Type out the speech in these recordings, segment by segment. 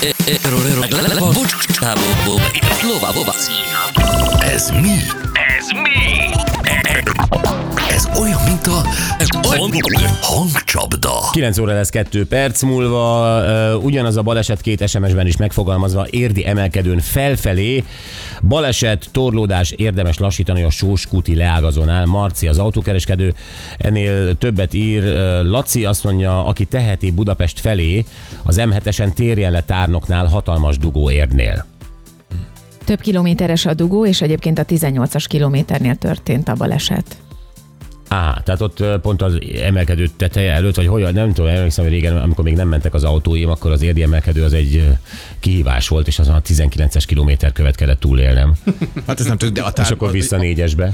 Ez mi? Ez mi? Ez olyan, mint a hangcsapda. 9 óra lesz 2 perc múlva, ugyanaz a baleset két SMS-ben is megfogalmazva, Érdi emelkedőn felfelé, baleset, torlódás, érdemes lassítani a Sóskúti leágazónál. Marci az autókereskedő, ennél többet ír Laci, azt mondja, aki teheti Budapest felé, az M7-esen térjen le Tárnoknál, hatalmas dugó Érdnél. Több kilométeres a dugó, és egyébként a 18-as kilométernél történt a baleset. Tehát ott pont az emelkedő teteje előtt, vagy hogyan, nem tudom, emlékszem, hogy régen, amikor még nem mentek az autóim, akkor az érdi emelkedő az egy kihívás volt, és azon a 19-es kilométerkövet kellett túlélnem. Hát ez nem tudom, de és akkor vissza 4-esbe.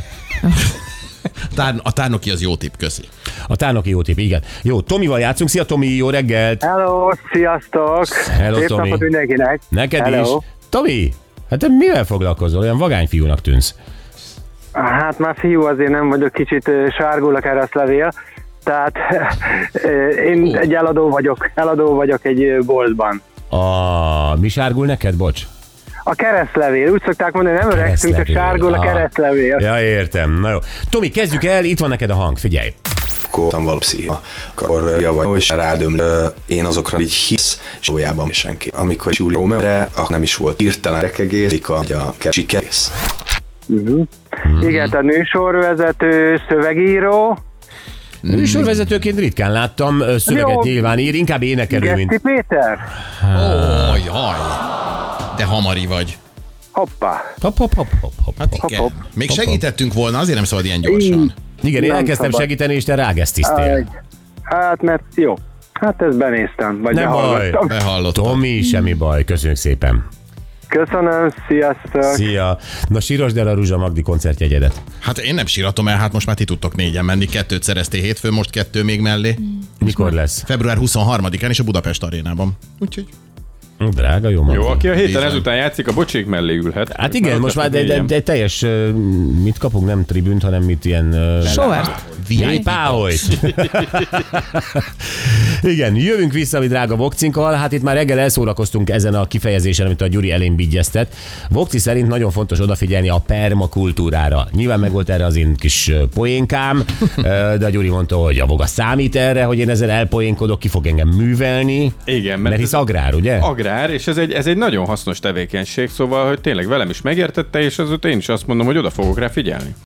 A Tárnoki az jó tipp, köszi. A Tárnoki jó tipp, igen. Jó, Tomival játszunk. Szia Tomi, jó reggelt! Hello, sziasztok! Hello, Szép Tomi. napot mindenkinek! Neked Hello. is. Tomi, hát te mivel foglalkozol? Olyan vagány fiúnak tűnsz. Hát már fiú azért nem vagyok, kicsit sárgul a keresztlevél, tehát én egy eladó vagyok egy boltban. Mi sárgul neked, bocs? A keresztlevél, úgy szokták mondani, nem öregszünk, csak sárgul a keresztlevél. Ja, értem. Na jó. Tomi, kezdjük el, itt van neked a hang, figyelj. Voltam valószínűleg, akkor javaj, és rádöm, én azokra így hisz, és valójában senki. Amikor Júli Romero-re, nem is volt hirtelen rekegézik a sikerész. Igen, a műsorvezető, szövegíró. Műsorvezetőként ritkán láttam, szöveget Jó. nyilván ír, inkább énekelő, Geszti mint... Péter? Jaj, de hamari vagy. Hoppá. Hopp. Hát igen. Hopp. Még segítettünk volna, azért nem szabad ilyen gyorsan. Igen, én Nem elkezdtem szabad. segíteni, és te rágesztisztél. Hát, mert jó. Hát ezt benéztem, vagy Nem baj. behallgattam. Behallottam. Tomi, semmi baj, köszönjük szépen. Köszönöm, sziasztok! Szia. Na, sírosd el a Ruzsa Magdi koncertjegyedet. Hát én nem síratom el, hát most már ti tudtok 4-en menni, 2-t szereztél hétfőn, most 2 még mellé. Mikor lesz? Február 23-án és a Budapest arénában. Úgyhogy Drága, jó Magdi. Jó, aki a héten Bizony. ezután játszik, a bocsék mellé ülhet. Hát igen, most már de teljes, mit kapunk, nem tribünt, hanem mit ilyen... Sort. Páholyt. Igen, jövünk vissza, mi drága Vokcinkkal. Hát itt már reggel elszórakoztunk ezen a kifejezésen, amit a Gyuri elén bigyeztet. Vokci szerint nagyon fontos odafigyelni a permakultúrára. Nyilván meg volt erre az én kis poénkám, de a Gyuri mondta, hogy a voga számít erre, hogy én ezzel elpoénkodok, ki fog engem művelni. Igen, Mert hisz agrár, ugye? Agrár, és ez egy nagyon hasznos tevékenység, szóval, hogy tényleg velem is megértette, és azóta én is azt mondom, hogy oda fogok rá figyelni.